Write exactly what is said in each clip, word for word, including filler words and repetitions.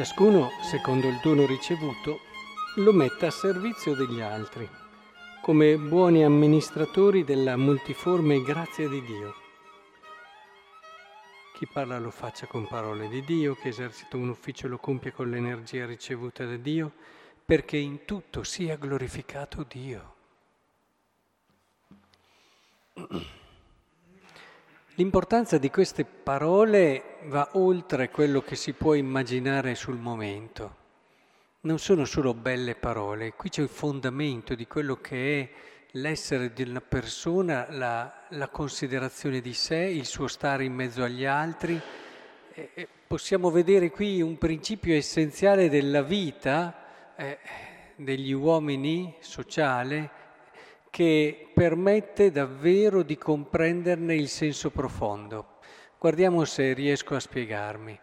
Ciascuno, secondo il dono ricevuto, lo metta a servizio degli altri, come buoni amministratori della multiforme grazia di Dio. Chi parla lo faccia con parole di Dio, chi esercita un ufficio lo compia con l'energia ricevuta da Dio, perché in tutto sia glorificato Dio. L'importanza di queste parole va oltre quello che si può immaginare sul momento. Non sono solo belle parole, qui c'è il fondamento di quello che è l'essere di una persona, la, la considerazione di sé, il suo stare in mezzo agli altri. E possiamo vedere qui un principio essenziale della vita eh, degli uomini sociale, che permette davvero di comprenderne il senso profondo. Guardiamo se riesco a spiegarmi.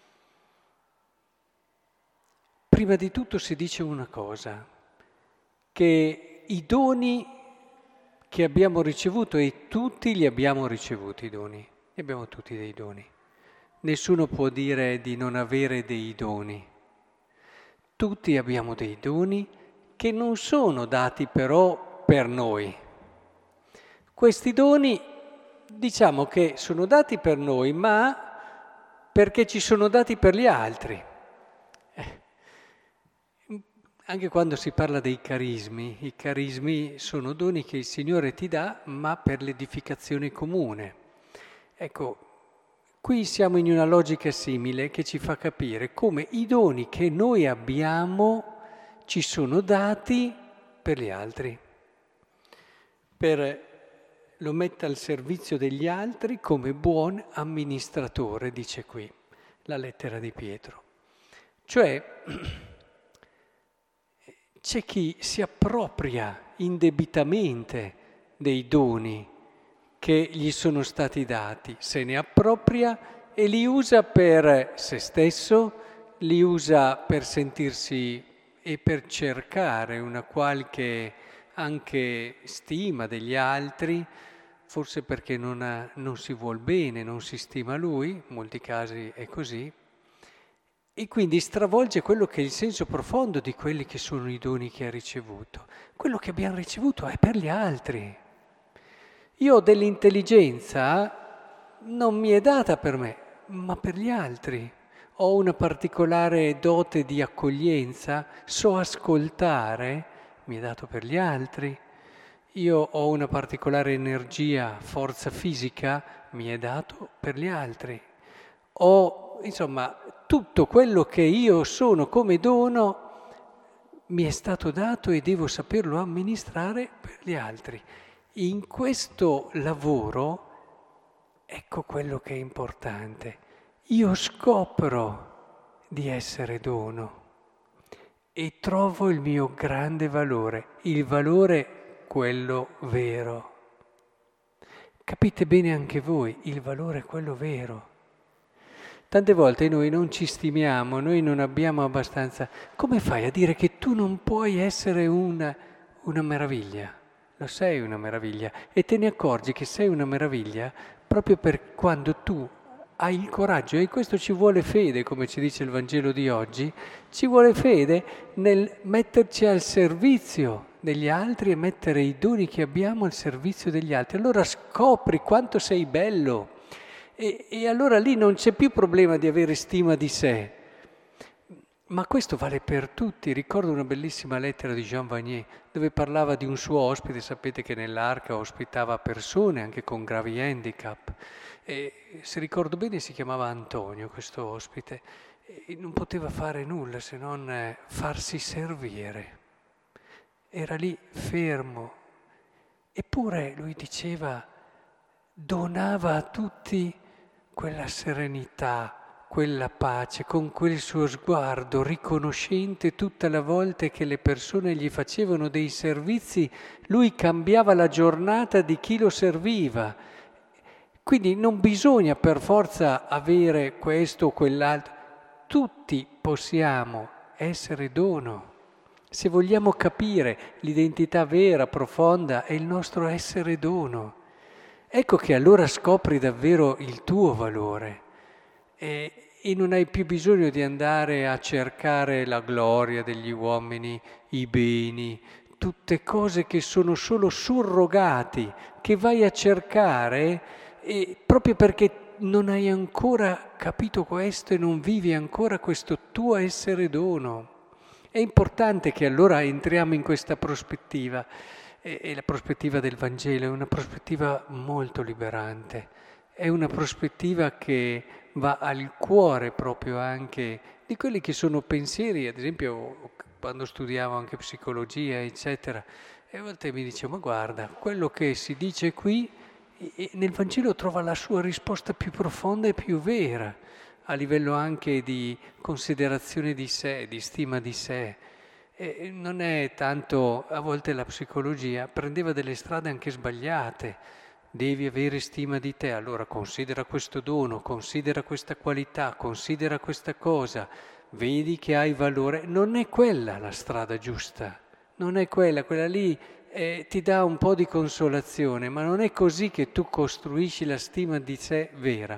Prima di tutto si dice una cosa, che i doni che abbiamo ricevuto, e tutti li abbiamo ricevuti i doni, ne abbiamo tutti dei doni. Nessuno può dire di non avere dei doni. Tutti abbiamo dei doni che non sono dati però per noi. Questi doni diciamo che sono dati per noi, ma perché ci sono dati per gli altri. Eh. Anche quando si parla dei carismi, i carismi sono doni che il Signore ti dà, ma per l'edificazione comune. Ecco, qui siamo in una logica simile che ci fa capire come i doni che noi abbiamo ci sono dati per gli altri. Per lo metta al servizio degli altri come buon amministratore, dice qui la lettera di Pietro. Cioè c'è chi si appropria indebitamente dei doni che gli sono stati dati, se ne appropria e li usa per se stesso, li usa per sentirsi e per cercare una qualche anche stima degli altri, forse perché non, ha, non si vuol bene, non si stima lui, in molti casi è così, e quindi stravolge quello che è il senso profondo di quelli che sono i doni che ha ricevuto. Quello che abbiamo ricevuto è per gli altri. Io ho dell'intelligenza, non mi è data per me, ma per gli altri. Ho una particolare dote di accoglienza, so ascoltare, mi è dato per gli altri. Io ho una particolare energia, forza fisica, mi è dato per gli altri. Ho, insomma, tutto quello che io sono come dono mi è stato dato e devo saperlo amministrare per gli altri. In questo lavoro, ecco quello che è importante. Io scopro di essere dono e trovo il mio grande valore, il valore quello vero. Capite bene anche voi, il valore è quello vero. Tante volte noi non ci stimiamo, noi non abbiamo abbastanza. Come fai a dire che tu non puoi essere una, una meraviglia? Lo sei una meraviglia e te ne accorgi che sei una meraviglia proprio per quando tu hai il coraggio, e questo ci vuole fede, come ci dice il Vangelo di oggi, ci vuole fede nel metterci al servizio degli altri e mettere i doni che abbiamo al servizio degli altri. Allora scopri quanto sei bello e, e allora lì non c'è più problema di avere stima di sé. Ma questo vale per tutti. Ricordo una bellissima lettera di Jean Vanier dove parlava di un suo ospite, sapete che nell'Arca ospitava persone anche con gravi handicap. E, se ricordo bene, si chiamava Antonio questo ospite e non poteva fare nulla se non farsi servire. Era lì fermo. Eppure lui diceva, donava a tutti quella serenità, quella pace, con quel suo sguardo riconoscente tutte le volte che le persone gli facevano dei servizi, lui cambiava la giornata di chi lo serviva. Quindi non bisogna per forza avere questo o quell'altro, tutti possiamo essere dono. Se vogliamo capire l'identità vera, profonda, è il nostro essere dono. Ecco che allora scopri davvero il tuo valore. E, e non hai più bisogno di andare a cercare la gloria degli uomini, i beni, tutte cose che sono solo surrogati, che vai a cercare e proprio perché non hai ancora capito questo e non vivi ancora questo tuo essere dono. È importante che allora entriamo in questa prospettiva e, e la prospettiva del Vangelo è una prospettiva molto liberante, è una prospettiva che va al cuore proprio anche di quelli che sono pensieri, ad esempio quando studiavo anche psicologia, eccetera, e a volte mi dicevo, ma guarda, quello che si dice qui e nel Vangelo trova la sua risposta più profonda e più vera, a livello anche di considerazione di sé, di stima di sé. E non è tanto, a volte la psicologia prendeva delle strade anche sbagliate. Devi avere stima di te, allora considera questo dono, considera questa qualità, considera questa cosa, vedi che hai valore. Non è quella la strada giusta, non è quella, quella lì eh, ti dà un po' di consolazione, ma non è così che tu costruisci la stima di sé vera.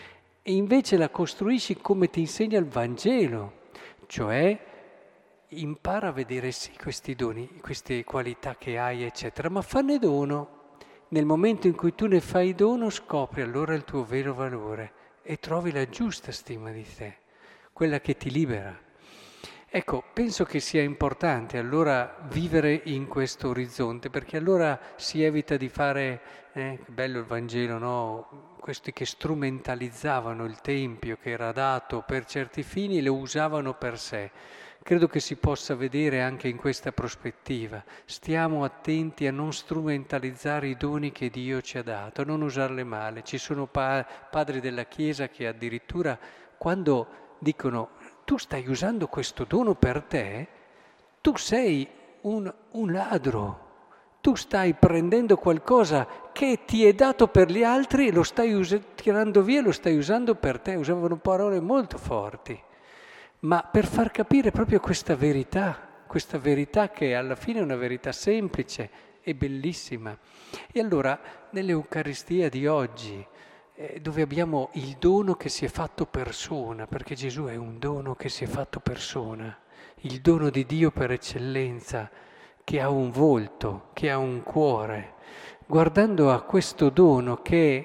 E invece la costruisci come ti insegna il Vangelo, cioè impara a vedere sì questi doni, queste qualità che hai, eccetera, ma fanne dono. Nel momento in cui tu ne fai dono scopri allora il tuo vero valore e trovi la giusta stima di te, quella che ti libera. Ecco, penso che sia importante allora vivere in questo orizzonte, perché allora si evita di fare, eh, che bello il Vangelo, no? Questi che strumentalizzavano il Tempio che era dato per certi fini e lo usavano per sé. Credo che si possa vedere anche in questa prospettiva. Stiamo attenti a non strumentalizzare i doni che Dio ci ha dato, a non usarli male. Ci sono pa- padri della Chiesa che addirittura quando dicono tu stai usando questo dono per te, tu sei un, un ladro, tu stai prendendo qualcosa che ti è dato per gli altri e lo stai us- tirando via e lo stai usando per te. Usavano parole molto forti, ma per far capire proprio questa verità, questa verità che alla fine è una verità semplice e bellissima. E allora nell'Eucaristia di oggi, eh, dove abbiamo il dono che si è fatto persona, perché Gesù è un dono che si è fatto persona, il dono di Dio per eccellenza, che ha un volto, che ha un cuore. Guardando a questo dono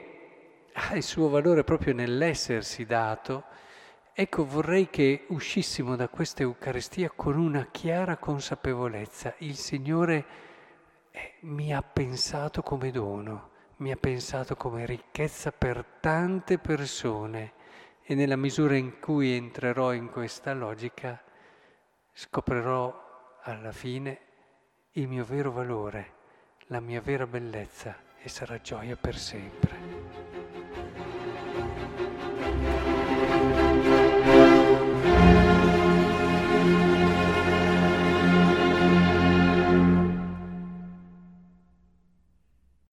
che ha il suo valore proprio nell'essersi dato, ecco vorrei che uscissimo da questa Eucaristia con una chiara consapevolezza. Il Signore eh, mi ha pensato come dono, mi ha pensato come ricchezza per tante persone e nella misura in cui entrerò in questa logica scoprirò alla fine il mio vero valore, la mia vera bellezza e sarà gioia per sempre.